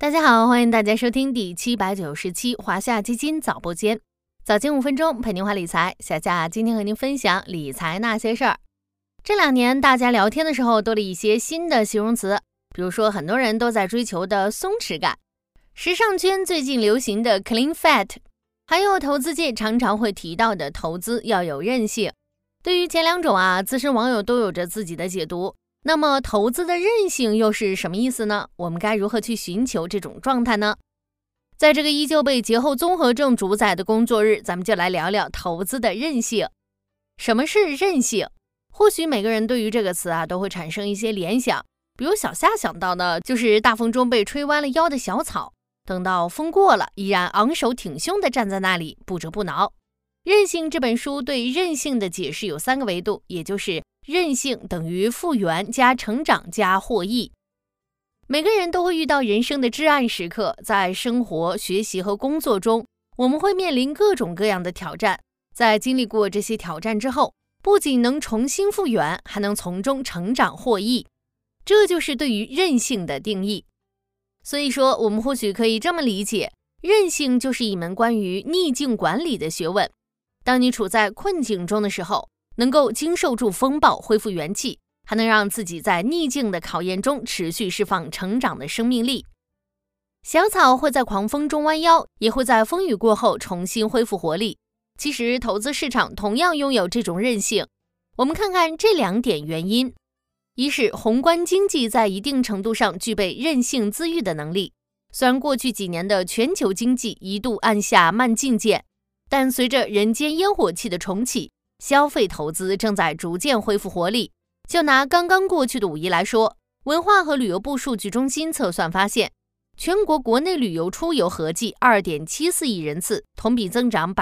大家好，欢迎大家收听第797华夏基金早播间，早间5分钟陪您话理财。小夏今天和您分享理财那些事儿。这2年大家聊天的时候多了一些新的形容词，比如说很多人都在追求的松弛感，时尚圈最近流行的 clean fat， 还有投资界常常会提到的投资要有韧性。对于前2种资深网友都有着自己的解读。那么投资的韧性又是什么意思呢？我们该如何去寻求这种状态呢？在这个依旧被节后综合症主宰的工作日，咱们就来聊聊投资的韧性。什么是韧性？或许每个人对于这个词都会产生一些联想，比如小夏想到的就是大风中被吹弯了腰的小草，等到风过了，依然昂首挺胸地站在那里，不折不挠。韧性这本书对韧性的解释有3个维度，也就是韧性等于复原加成长加获益。每个人都会遇到人生的至暗时刻，在生活、学习和工作中，我们会面临各种各样的挑战。在经历过这些挑战之后，不仅能重新复原，还能从中成长获益。这就是对于韧性的定义。所以说，我们或许可以这么理解，韧性就是一门关于逆境管理的学问。当你处在困境中的时候，能够经受住风暴，恢复元气，还能让自己在逆境的考验中持续释放成长的生命力。小草会在狂风中弯腰，也会在风雨过后重新恢复活力。其实投资市场同样拥有这种韧性。我们看看这2点原因。一是宏观经济在一定程度上具备韧性自愈的能力。虽然过去几年的全球经济一度按下慢进键，但随着人间烟火气的重启，消费投资正在逐渐恢复活力。就拿刚刚过去的5一来说，文化和旅游部数据中心测算发现，全国国内旅游出游合计 2.74 亿人次，同比增长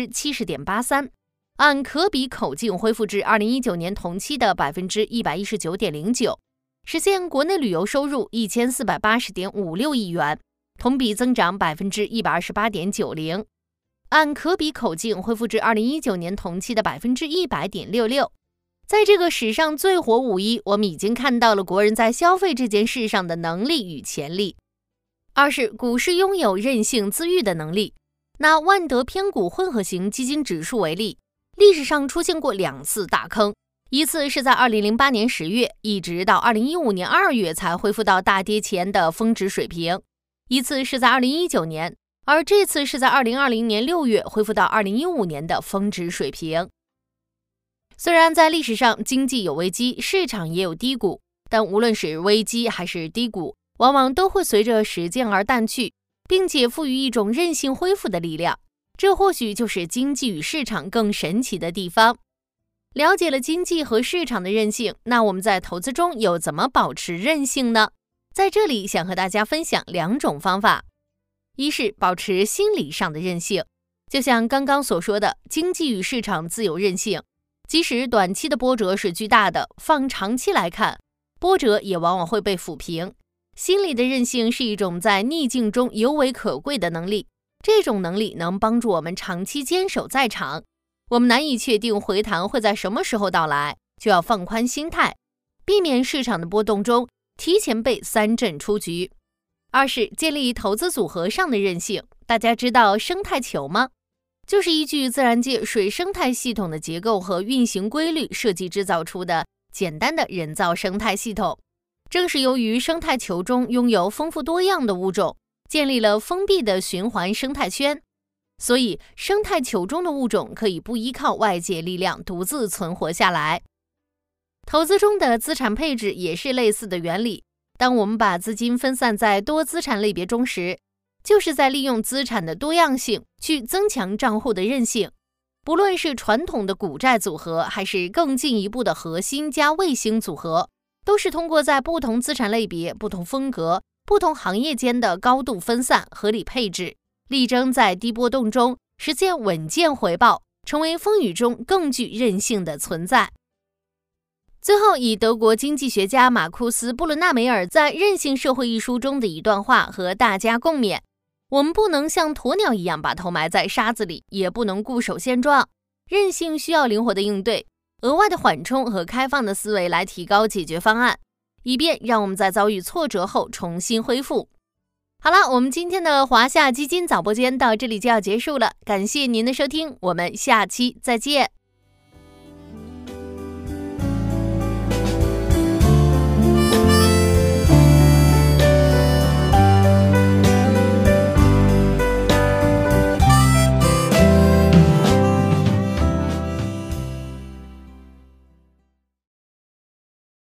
70.83%， 按可比口径恢复至2019年同期的 119.09%， 实现国内旅游收入 1480.56 亿元，同比增长 128.90%，按可比口径恢复至2019年同期的 100.66%。 在这个史上最火5一，我们已经看到了国人在消费这件事上的能力与潜力。二是股市拥有韧性自愈的能力。拿万德偏股混合型基金指数为例，历史上出现过2次大坑，一次是在2008年10月，一直到2015年2月才恢复到大跌前的峰值水平；一次是在2019年，而这次是在2020年6月恢复到2015年的峰值水平。虽然在历史上经济有危机，市场也有低谷，但无论是危机还是低谷，往往都会随着时间而淡去，并且赋予一种韧性恢复的力量。这或许就是经济与市场更神奇的地方。了解了经济和市场的韧性，那我们在投资中又怎么保持韧性呢？在这里想和大家分享2种方法。一是保持心理上的韧性。就像刚刚所说的，经济与市场自有韧性，即使短期的波折是巨大的，放长期来看，波折也往往会被抚平。心理的韧性是一种在逆境中尤为可贵的能力，这种能力能帮助我们长期坚守在场。我们难以确定回弹会在什么时候到来，就要放宽心态，避免市场的波动中提前被3振出局。二是建立投资组合上的韧性。大家知道生态球吗？就是依据自然界水生态系统的结构和运行规律设计制造出的简单的人造生态系统。正是由于生态球中拥有丰富多样的物种，建立了封闭的循环生态圈，所以生态球中的物种可以不依靠外界力量独自存活下来。投资中的资产配置也是类似的原理。当我们把资金分散在多资产类别中时，就是在利用资产的多样性去增强账户的韧性。不论是传统的股债组合，还是更进一步的核心加卫星组合，都是通过在不同资产类别、不同风格、不同行业间的高度分散、合理配置，力争在低波动中实现稳健回报，成为风雨中更具韧性的存在。最后，以德国经济学家马库斯·布伦纳梅尔在《韧性社会》一书中的一段话和大家共勉：我们不能像鸵鸟一样把头埋在沙子里，也不能固守现状。韧性需要灵活的应对，额外的缓冲和开放的思维来提高解决方案，以便让我们在遭遇挫折后重新恢复。 好了，我们今天的华夏基金早播间到这里就要结束了，感谢您的收听，我们下期再见。